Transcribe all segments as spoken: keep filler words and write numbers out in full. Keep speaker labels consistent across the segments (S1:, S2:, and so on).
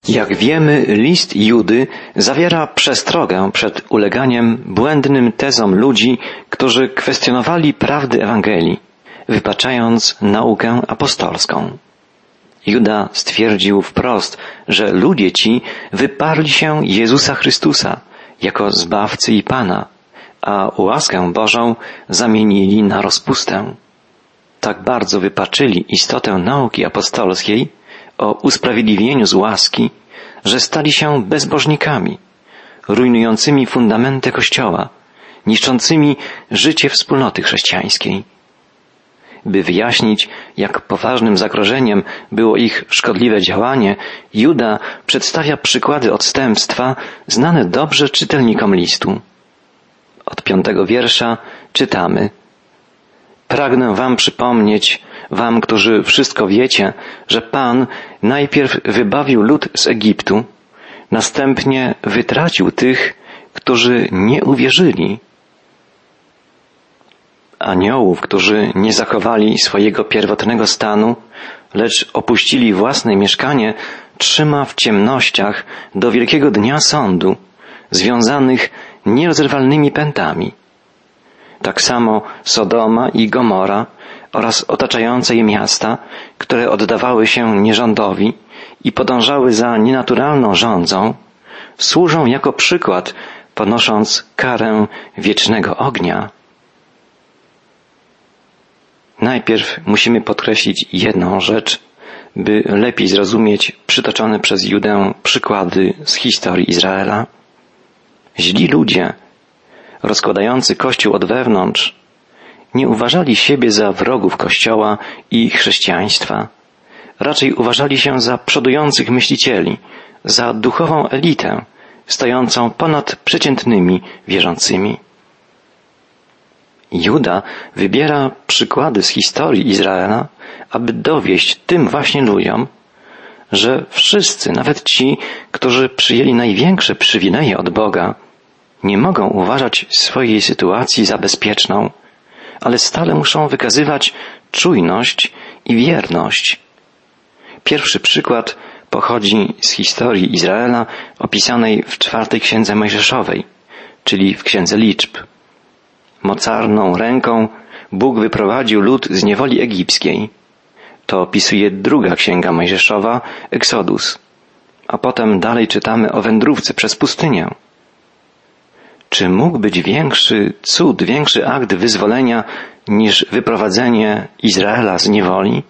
S1: Jak wiemy, list Judy zawiera przestrogę przed uleganiem błędnym tezom ludzi, którzy kwestionowali prawdy Ewangelii, wypaczając naukę apostolską. Juda stwierdził wprost, że ludzie ci wyparli się Jezusa Chrystusa jako Zbawcy i Pana, a łaskę Bożą zamienili na rozpustę. Tak bardzo wypaczyli istotę nauki apostolskiej o usprawiedliwieniu z łaski, że stali się bezbożnikami, rujnującymi fundamenty Kościoła, niszczącymi życie wspólnoty chrześcijańskiej. By wyjaśnić, jak poważnym zagrożeniem było ich szkodliwe działanie, Juda przedstawia przykłady odstępstwa znane dobrze czytelnikom listu. Od piątego wiersza czytamy: Pragnę wam przypomnieć, wam, którzy wszystko wiecie, że Pan najpierw wybawił lud z Egiptu, następnie wytracił tych, którzy nie uwierzyli. Aniołów, którzy nie zachowali swojego pierwotnego stanu, lecz opuścili własne mieszkanie, trzyma w ciemnościach do wielkiego dnia sądu, związanych nierozerwalnymi pętami. Tak samo Sodoma i Gomora oraz otaczające je miasta, które oddawały się nierządowi i podążały za nienaturalną rządzą, służą jako przykład, ponosząc karę wiecznego ognia. Najpierw musimy podkreślić jedną rzecz, by lepiej zrozumieć przytoczone przez Judę przykłady z historii Izraela. Źli ludzie, rozkładający Kościół od wewnątrz, nie uważali siebie za wrogów Kościoła i chrześcijaństwa. Raczej uważali się za przodujących myślicieli, za duchową elitę, stojącą ponad przeciętnymi wierzącymi. Juda wybiera przykłady z historii Izraela, aby dowieść tym właśnie ludziom, że wszyscy, nawet ci, którzy przyjęli największe przywileje od Boga, nie mogą uważać swojej sytuacji za bezpieczną, ale stale muszą wykazywać czujność i wierność. Pierwszy przykład pochodzi z historii Izraela opisanej w czwartej księdze Mojżeszowej, czyli w księdze liczb. Mocarną ręką Bóg wyprowadził lud z niewoli egipskiej. To opisuje druga księga Mojżeszowa, Exodus. A potem dalej czytamy o wędrówce przez pustynię. Czy mógł być większy cud, większy akt wyzwolenia niż wyprowadzenie Izraela z niewoli?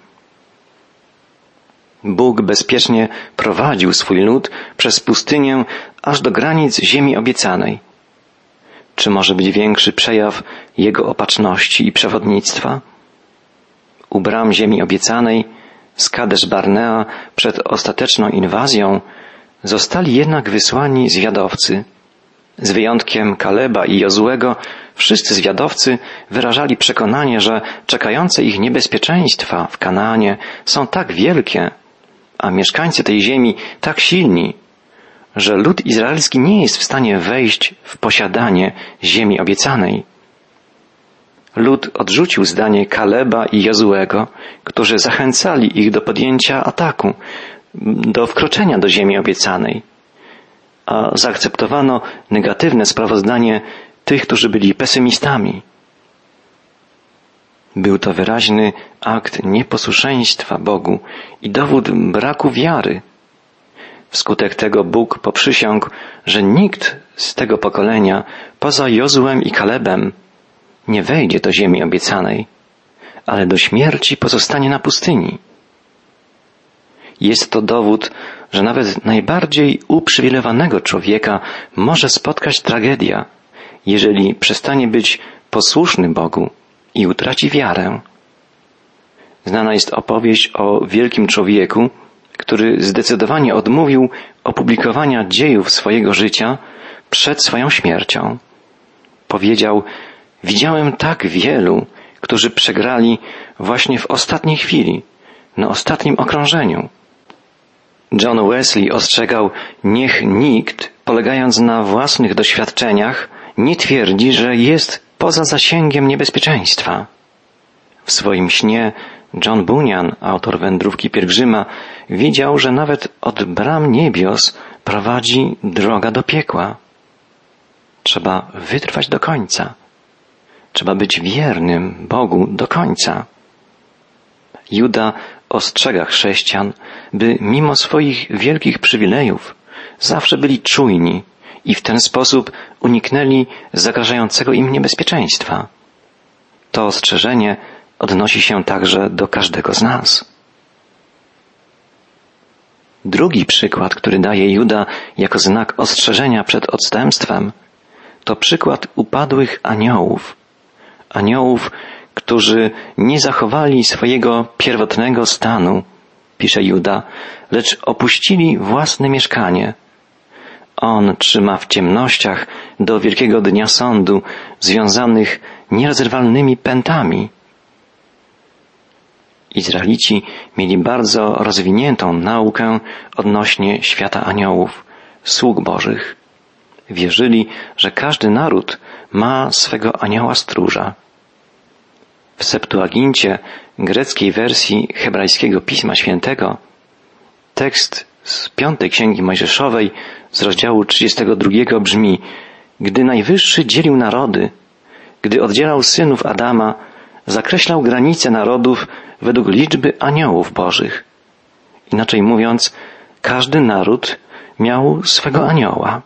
S1: Bóg bezpiecznie prowadził swój lud przez pustynię aż do granic ziemi obiecanej. Czy może być większy przejaw Jego opatrzności i przewodnictwa? U bram ziemi obiecanej, z Kadesz Barnea przed ostateczną inwazją, zostali jednak wysłani zwiadowcy. Z wyjątkiem Kaleba i Jozuego, wszyscy zwiadowcy wyrażali przekonanie, że czekające ich niebezpieczeństwa w Kanaanie są tak wielkie, a mieszkańcy tej ziemi tak silni, że lud izraelski nie jest w stanie wejść w posiadanie ziemi obiecanej. Lud odrzucił zdanie Kaleba i Jozuego, którzy zachęcali ich do podjęcia ataku, do wkroczenia do ziemi obiecanej, a zaakceptowano negatywne sprawozdanie tych, którzy byli pesymistami. Był to wyraźny akt nieposłuszeństwa Bogu i dowód braku wiary. Wskutek tego Bóg poprzysiągł, że nikt z tego pokolenia, poza Jozuem i Kalebem, nie wejdzie do ziemi obiecanej, ale do śmierci pozostanie na pustyni. Jest to dowód, że nawet najbardziej uprzywilejowanego człowieka może spotkać tragedia, jeżeli przestanie być posłuszny Bogu i utraci wiarę. Znana jest opowieść o wielkim człowieku, który zdecydowanie odmówił opublikowania dziejów swojego życia przed swoją śmiercią. Powiedział: widziałem tak wielu, którzy przegrali właśnie w ostatniej chwili, na ostatnim okrążeniu. John Wesley ostrzegał: niech nikt, polegając na własnych doświadczeniach, nie twierdzi, że jest poza zasięgiem niebezpieczeństwa. W swoim śnie John Bunyan, autor Wędrówki Pielgrzyma, wiedział, że nawet od bram niebios prowadzi droga do piekła. Trzeba wytrwać do końca. Trzeba być wiernym Bogu do końca. Juda ostrzega chrześcijan, by mimo swoich wielkich przywilejów zawsze byli czujni i w ten sposób uniknęli zagrażającego im niebezpieczeństwa. To ostrzeżenie odnosi się także do każdego z nas. Drugi przykład, który daje Juda jako znak ostrzeżenia przed odstępstwem, to przykład upadłych aniołów. Aniołów, którzy nie zachowali swojego pierwotnego stanu, pisze Juda, lecz opuścili własne mieszkanie. On trzyma w ciemnościach do wielkiego dnia sądu, związanych nierozerwalnymi pętami. Izraelici mieli bardzo rozwiniętą naukę odnośnie świata aniołów, sług Bożych. Wierzyli, że każdy naród ma swego anioła stróża. W Septuagincie, greckiej wersji hebrajskiego Pisma Świętego, tekst z piątej Księgi Mojżeszowej z rozdziału trzydziestego drugiego brzmi: Gdy Najwyższy dzielił narody, gdy oddzielał synów Adama, zakreślał granice narodów według liczby aniołów Bożych. Inaczej mówiąc, każdy naród miał swego anioła.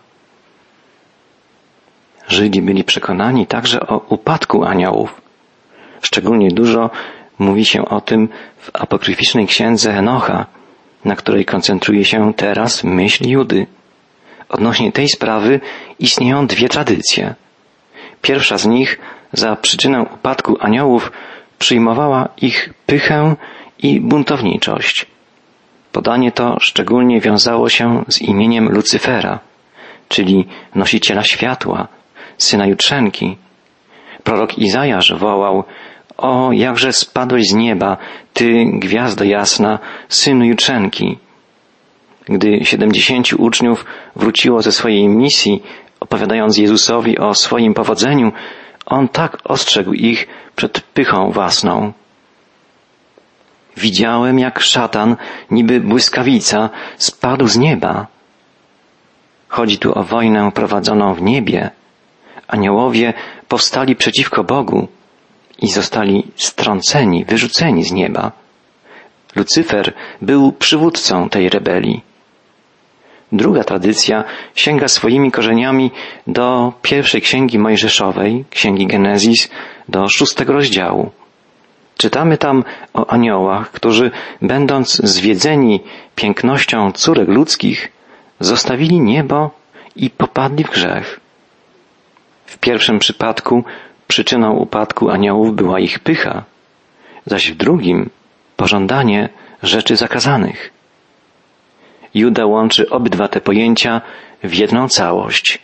S1: Żydzi byli przekonani także o upadku aniołów. Szczególnie dużo mówi się o tym w apokryficznej księdze Henocha, na której koncentruje się teraz myśl Judy. Odnośnie tej sprawy istnieją dwie tradycje. Pierwsza z nich za przyczynę upadku aniołów przyjmowała ich pychę i buntowniczość. Podanie to szczególnie wiązało się z imieniem Lucyfera, czyli nosiciela światła, syna Jutrzenki. Prorok Izajasz wołał: O, jakże spadłeś z nieba, ty gwiazdo jasna, synu Jutrzenki. Gdy siedemdziesięciu uczniów wróciło ze swojej misji, opowiadając Jezusowi o swoim powodzeniu, On tak ostrzegł ich przed pychą własną. Widziałem, jak szatan, niby błyskawica, spadł z nieba. Chodzi tu o wojnę prowadzoną w niebie. Aniołowie powstali przeciwko Bogu i zostali strąceni, wyrzuceni z nieba. Lucyfer był przywódcą tej rebelii. Druga tradycja sięga swoimi korzeniami do pierwszej Księgi Mojżeszowej, Księgi Genezis, do szóstego rozdziału. Czytamy tam o aniołach, którzy, będąc zwiedzeni pięknością córek ludzkich, zostawili niebo i popadli w grzech. W pierwszym przypadku przyczyną upadku aniołów była ich pycha, zaś w drugim pożądanie rzeczy zakazanych. Juda łączy obydwa te pojęcia w jedną całość.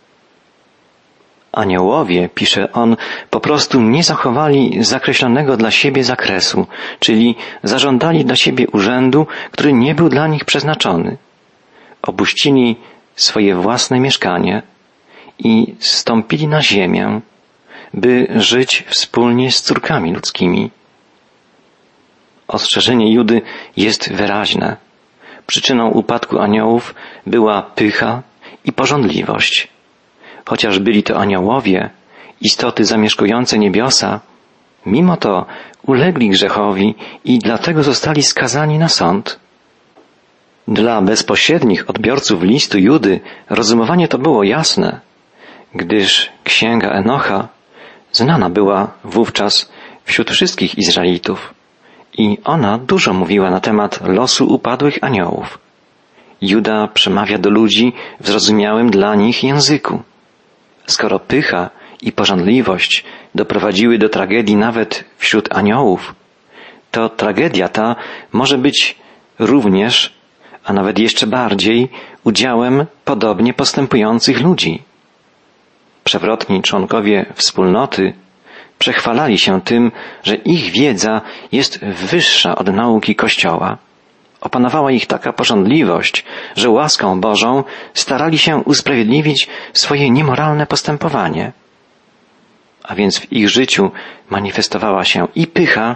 S1: Aniołowie, pisze on, po prostu nie zachowali zakreślonego dla siebie zakresu, czyli zażądali dla siebie urzędu, który nie był dla nich przeznaczony. Opuścili swoje własne mieszkanie i zstąpili na ziemię, by żyć wspólnie z córkami ludzkimi. Ostrzeżenie Judy jest wyraźne. Przyczyną upadku aniołów była pycha i pożądliwość. Chociaż byli to aniołowie, istoty zamieszkujące niebiosa, mimo to ulegli grzechowi i dlatego zostali skazani na sąd. Dla bezpośrednich odbiorców listu Judy rozumowanie to było jasne, gdyż Księga Enocha znana była wówczas wśród wszystkich Izraelitów i ona dużo mówiła na temat losu upadłych aniołów. Juda przemawia do ludzi w zrozumiałym dla nich języku. Skoro pycha i pożądliwość doprowadziły do tragedii nawet wśród aniołów, to tragedia ta może być również, a nawet jeszcze bardziej, udziałem podobnie postępujących ludzi. Przewrotni członkowie wspólnoty przechwalali się tym, że ich wiedza jest wyższa od nauki Kościoła. Opanowała ich taka pożądliwość, że łaską Bożą starali się usprawiedliwić swoje niemoralne postępowanie. A więc w ich życiu manifestowała się i pycha,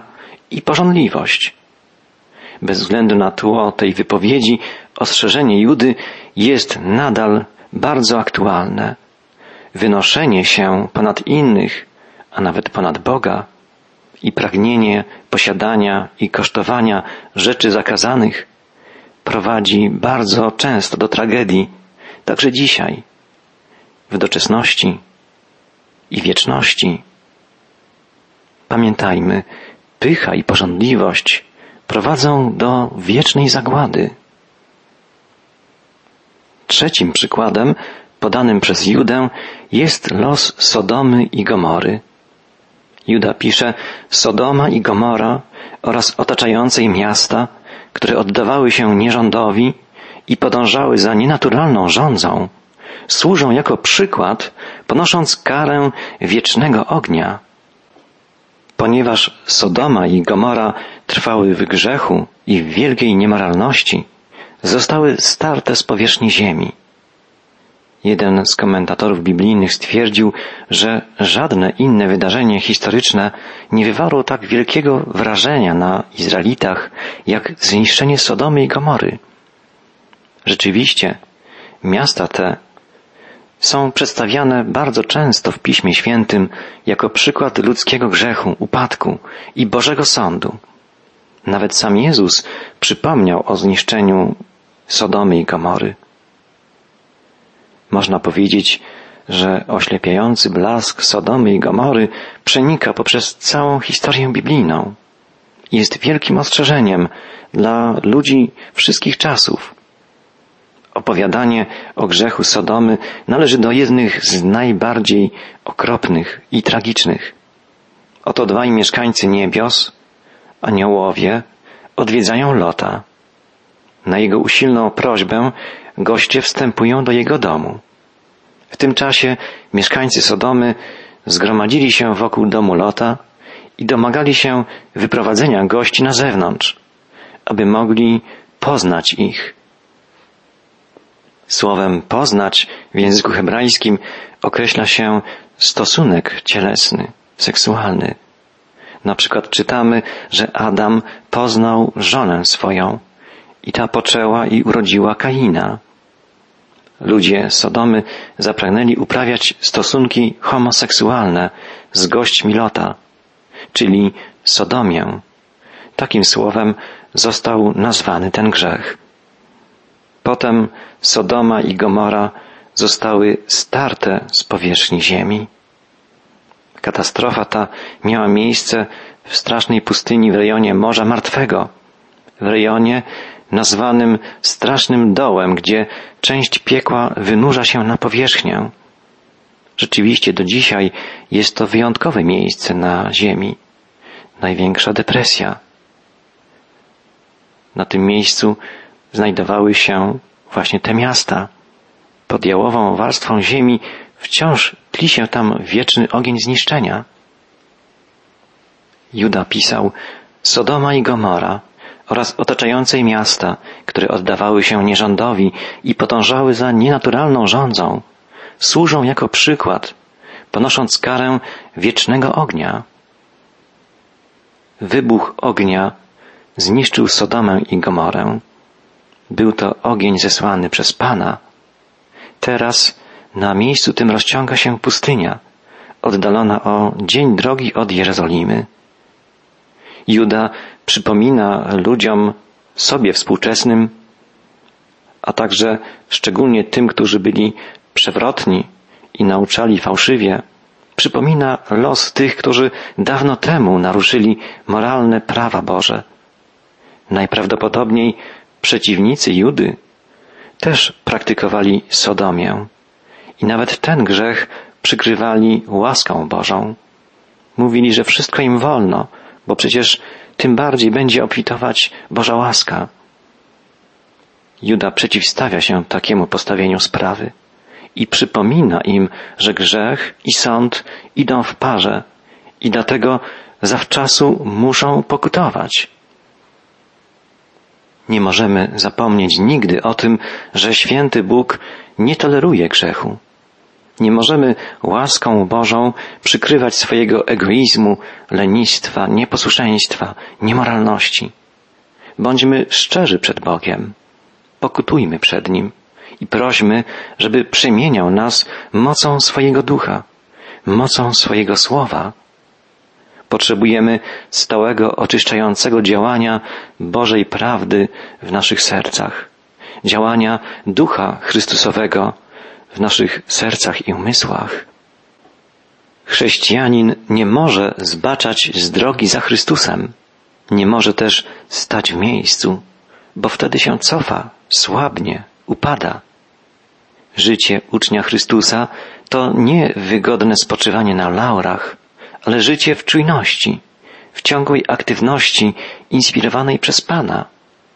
S1: i pożądliwość. Bez względu na tło tej wypowiedzi, ostrzeżenie Judy jest nadal bardzo aktualne. Wynoszenie się ponad innych, a nawet ponad Boga i pragnienie posiadania i kosztowania rzeczy zakazanych prowadzi bardzo często do tragedii, także dzisiaj, w doczesności i wieczności. Pamiętajmy, pycha i pożądliwość prowadzą do wiecznej zagłady. Trzecim przykładem podanym przez Judę jest los Sodomy i Gomory. Juda pisze: Sodoma i Gomora oraz otaczające miasta, które oddawały się nierządowi i podążały za nienaturalną rządzą, służą jako przykład, ponosząc karę wiecznego ognia. Ponieważ Sodoma i Gomora trwały w grzechu i w wielkiej niemoralności, zostały starte z powierzchni ziemi. Jeden z komentatorów biblijnych stwierdził, że żadne inne wydarzenie historyczne nie wywarło tak wielkiego wrażenia na Izraelitach, jak zniszczenie Sodomy i Gomory. Rzeczywiście, miasta te są przedstawiane bardzo często w Piśmie Świętym jako przykład ludzkiego grzechu, upadku i Bożego sądu. Nawet sam Jezus przypomniał o zniszczeniu Sodomy i Gomory. Można powiedzieć, że oślepiający blask Sodomy i Gomory przenika poprzez całą historię biblijną. Jest wielkim ostrzeżeniem dla ludzi wszystkich czasów. Opowiadanie o grzechu Sodomy należy do jednych z najbardziej okropnych i tragicznych. Oto dwaj mieszkańcy niebios, aniołowie, odwiedzają Lota. Na jego usilną prośbę goście wstępują do jego domu. W tym czasie mieszkańcy Sodomy zgromadzili się wokół domu Lota i domagali się wyprowadzenia gości na zewnątrz, aby mogli poznać ich. Słowem poznać w języku hebrajskim określa się stosunek cielesny, seksualny. Na przykład czytamy, że Adam poznał żonę swoją i ta poczęła i urodziła Kaina. Ludzie Sodomy zapragnęli uprawiać stosunki homoseksualne z gośćmi Lota, czyli sodomię. Takim słowem został nazwany ten grzech. Potem Sodoma i Gomora zostały starte z powierzchni ziemi. Katastrofa ta miała miejsce w strasznej pustyni w rejonie Morza Martwego, w rejonie nazwanym Strasznym Dołem, gdzie część piekła wynurza się na powierzchnię. Rzeczywiście do dzisiaj jest to wyjątkowe miejsce na ziemi. Największa depresja. Na tym miejscu znajdowały się właśnie te miasta. Pod jałową warstwą ziemi wciąż tli się tam wieczny ogień zniszczenia. Juda pisał: Sodoma i Gomora oraz otaczające miasta, które oddawały się nierządowi i podążały za nienaturalną rządzą, służą jako przykład, ponosząc karę wiecznego ognia. Wybuch ognia zniszczył Sodomę i Gomorę. Był to ogień zesłany przez Pana. Teraz na miejscu tym rozciąga się pustynia, oddalona o dzień drogi od Jerozolimy. Juda przypomina ludziom, sobie współczesnym, a także szczególnie tym, którzy byli przewrotni i nauczali fałszywie, przypomina los tych, którzy dawno temu naruszyli moralne prawa Boże. Najprawdopodobniej przeciwnicy Judy też praktykowali sodomię i nawet ten grzech przykrywali łaską Bożą. Mówili, że wszystko im wolno, bo przecież tym bardziej będzie obfitować Boża łaska. Juda przeciwstawia się takiemu postawieniu sprawy i przypomina im, że grzech i sąd idą w parze i dlatego zawczasu muszą pokutować. Nie możemy zapomnieć nigdy o tym, że święty Bóg nie toleruje grzechu. Nie możemy łaską Bożą przykrywać swojego egoizmu, lenistwa, nieposłuszeństwa, niemoralności. Bądźmy szczerzy przed Bogiem. Pokutujmy przed Nim i prośmy, żeby przemieniał nas mocą swojego ducha, mocą swojego słowa. Potrzebujemy stałego, oczyszczającego działania Bożej prawdy w naszych sercach, działania Ducha Chrystusowego w naszych sercach i umysłach. Chrześcijanin nie może zbaczać z drogi za Chrystusem, nie może też stać w miejscu, bo wtedy się cofa, słabnie, upada. Życie ucznia Chrystusa to nie wygodne spoczywanie na laurach, ale życie w czujności, w ciągłej aktywności inspirowanej przez Pana.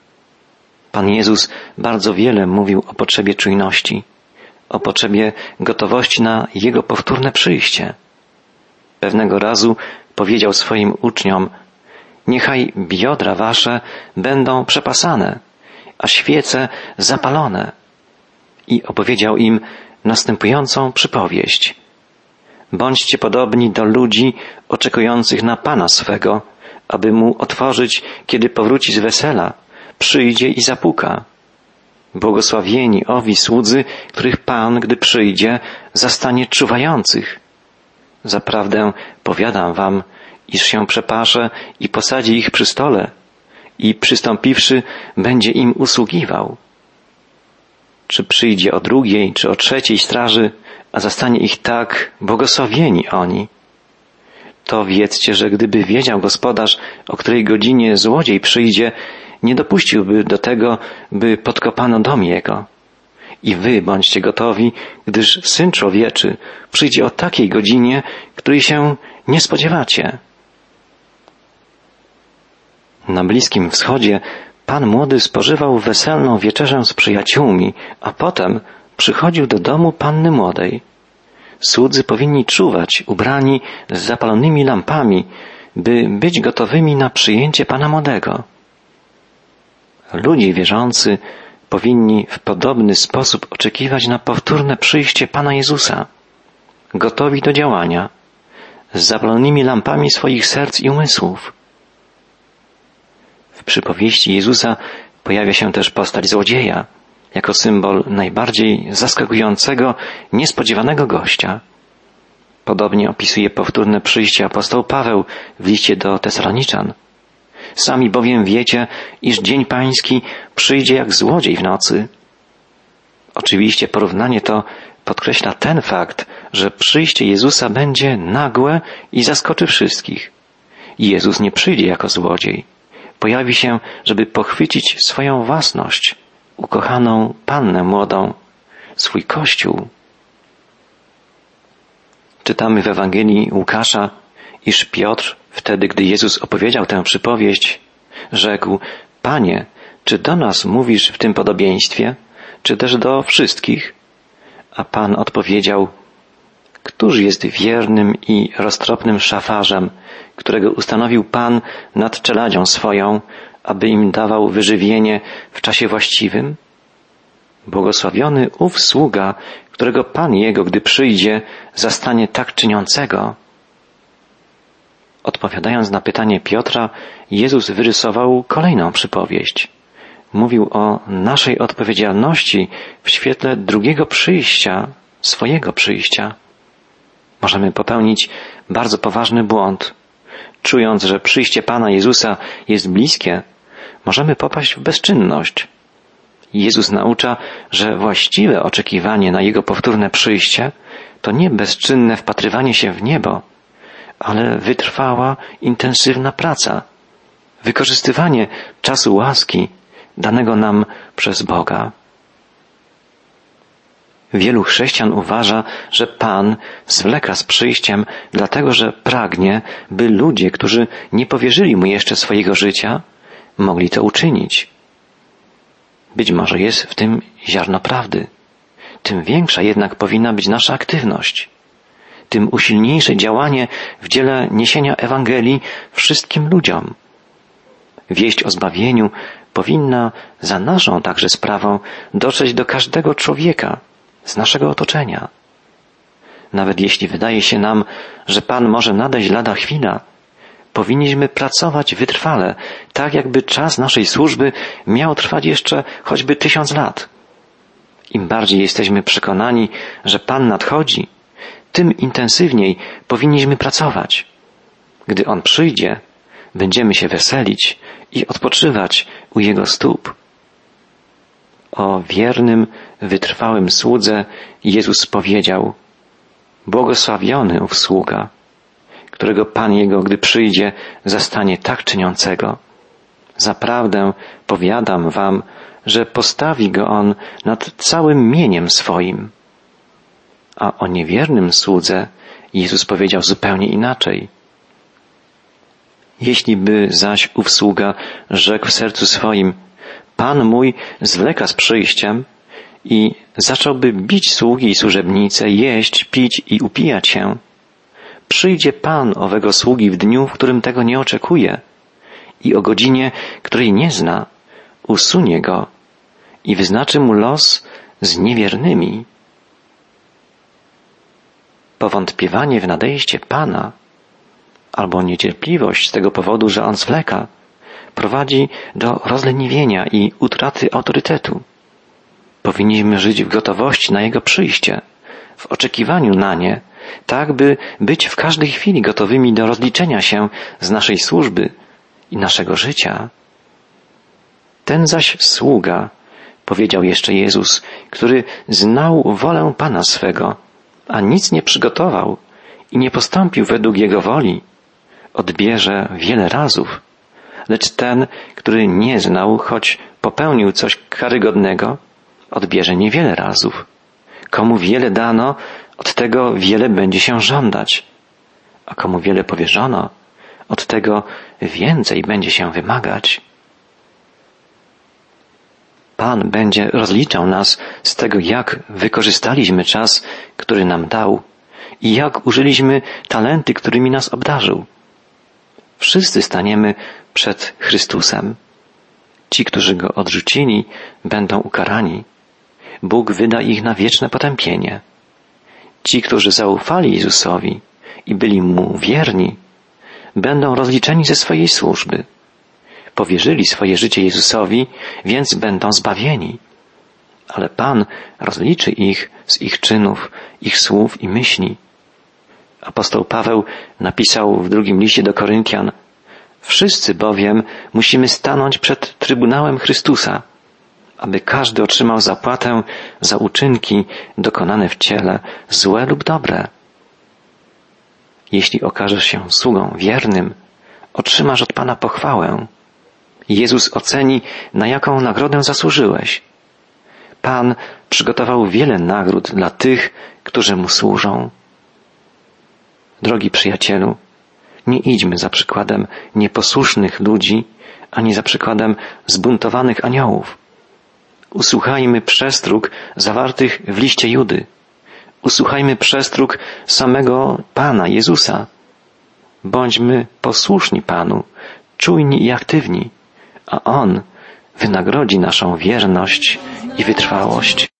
S1: Pan Jezus bardzo wiele mówił o potrzebie czujności, o potrzebie gotowości na Jego powtórne przyjście. Pewnego razu powiedział swoim uczniom: niechaj biodra wasze będą przepasane, a świece zapalone. I opowiedział im następującą przypowieść. Bądźcie podobni do ludzi oczekujących na Pana swego, aby Mu otworzyć, kiedy powróci z wesela, przyjdzie i zapuka. Błogosławieni owi słudzy, których Pan, gdy przyjdzie, zastanie czuwających. Zaprawdę powiadam wam, iż się przepasze i posadzi ich przy stole i przystąpiwszy będzie im usługiwał. Czy przyjdzie o drugiej, czy o trzeciej straży, a zastanie ich tak, błogosławieni oni. To wiedzcie, że gdyby wiedział gospodarz, o której godzinie złodziej przyjdzie, nie dopuściłby do tego, by podkopano dom jego. I wy bądźcie gotowi, gdyż Syn Człowieczy przyjdzie o takiej godzinie, której się nie spodziewacie. Na Bliskim Wschodzie Pan młody spożywał weselną wieczerzę z przyjaciółmi, a potem przychodził do domu panny młodej. Słudzy powinni czuwać, ubrani z zapalonymi lampami, by być gotowymi na przyjęcie Pana młodego. Ludzie wierzący powinni w podobny sposób oczekiwać na powtórne przyjście Pana Jezusa, gotowi do działania, z zapalonymi lampami swoich serc i umysłów. W przypowieści Jezusa pojawia się też postać złodzieja, jako symbol najbardziej zaskakującego, niespodziewanego gościa. Podobnie opisuje powtórne przyjście apostoł Paweł w liście do Tesaloniczan. Sami bowiem wiecie, iż dzień pański przyjdzie jak złodziej w nocy. Oczywiście porównanie to podkreśla ten fakt, że przyjście Jezusa będzie nagłe i zaskoczy wszystkich. Jezus nie przyjdzie jako złodziej. Pojawi się, żeby pochwycić swoją własność, ukochaną pannę młodą, swój Kościół. Czytamy w Ewangelii Łukasza, iż Piotr, wtedy gdy Jezus opowiedział tę przypowieść, rzekł: Panie, czy do nas mówisz w tym podobieństwie, czy też do wszystkich? A Pan odpowiedział: Któż jest wiernym i roztropnym szafarzem, którego ustanowił Pan nad czeladzią swoją, aby im dawał wyżywienie w czasie właściwym? Błogosławiony ów sługa, którego Pan jego, gdy przyjdzie, zastanie tak czyniącego. Odpowiadając na pytanie Piotra, Jezus wyrysował kolejną przypowieść. Mówił o naszej odpowiedzialności w świetle drugiego przyjścia, swojego przyjścia. Możemy popełnić bardzo poważny błąd. Czując, że przyjście Pana Jezusa jest bliskie, możemy popaść w bezczynność. Jezus naucza, że właściwe oczekiwanie na Jego powtórne przyjście to nie bezczynne wpatrywanie się w niebo, ale wytrwała, intensywna praca, wykorzystywanie czasu łaski danego nam przez Boga. Wielu chrześcijan uważa, że Pan zwleka z przyjściem, dlatego że pragnie, by ludzie, którzy nie powierzyli Mu jeszcze swojego życia, mogli to uczynić. Być może jest w tym ziarno prawdy. Tym większa jednak powinna być nasza aktywność. Tym usilniejsze działanie w dziele niesienia Ewangelii wszystkim ludziom. Wieść o zbawieniu powinna za naszą także sprawą dotrzeć do każdego człowieka z naszego otoczenia. nawet jeśli wydaje się nam, że Pan może nadejść lada chwila, powinniśmy pracować wytrwale, tak jakby czas naszej służby miał trwać jeszcze choćby tysiąc lat. Im bardziej jesteśmy przekonani, że Pan nadchodzi, tym intensywniej powinniśmy pracować. Gdy On przyjdzie, będziemy się weselić i odpoczywać u Jego stóp. O wiernym, wytrwałym słudze Jezus powiedział: błogosławiony ów sługa, którego Pan Jego, gdy przyjdzie, zastanie tak czyniącego. Zaprawdę powiadam wam, że postawi go On nad całym mieniem swoim. A o niewiernym słudze Jezus powiedział zupełnie inaczej. Jeśli by zaś ów sługa rzekł w sercu swoim: Pan mój zwleka z przyjściem, i zacząłby bić sługi i służebnice, jeść, pić i upijać się, przyjdzie Pan owego sługi w dniu, w którym tego nie oczekuje, i o godzinie, której nie zna, usunie go i wyznaczy mu los z niewiernymi. Powątpiewanie w nadejście Pana albo niecierpliwość z tego powodu, że On zwleka, prowadzi do rozleniwienia i utraty autorytetu. Powinniśmy żyć w gotowości na Jego przyjście, w oczekiwaniu na nie, tak by być w każdej chwili gotowymi do rozliczenia się z naszej służby i naszego życia. Ten zaś sługa, powiedział jeszcze Jezus, który znał wolę Pana swego, a nic nie przygotował i nie postąpił według Jego woli, odbierze wiele razów. Lecz ten, który nie znał, choć popełnił coś karygodnego, odbierze niewiele razów. Komu wiele dano, od tego wiele będzie się żądać, a komu wiele powierzono, od tego więcej będzie się wymagać. Pan będzie rozliczał nas z tego, jak wykorzystaliśmy czas, który nam dał i jak użyliśmy talenty, którymi nas obdarzył. Wszyscy staniemy przed Chrystusem. Ci, którzy Go odrzucili, będą ukarani. Bóg wyda ich na wieczne potępienie. Ci, którzy zaufali Jezusowi i byli Mu wierni, będą rozliczeni ze swojej służby. Powierzyli swoje życie Jezusowi, więc będą zbawieni. Ale Pan rozliczy ich z ich czynów, ich słów i myśli. Apostoł Paweł napisał w drugim liście do Koryntian: wszyscy bowiem musimy stanąć przed Trybunałem Chrystusa, aby każdy otrzymał zapłatę za uczynki dokonane w ciele, złe lub dobre. Jeśli okażesz się sługą wiernym, otrzymasz od Pana pochwałę. Jezus oceni, na jaką nagrodę zasłużyłeś. Pan przygotował wiele nagród dla tych, którzy Mu służą. Drogi przyjacielu, nie idźmy za przykładem nieposłusznych ludzi, ani za przykładem zbuntowanych aniołów. Usłuchajmy przestróg zawartych w liście Judy. Usłuchajmy przestróg samego Pana Jezusa. Bądźmy posłuszni Panu, czujni i aktywni, a On wynagrodzi naszą wierność i wytrwałość.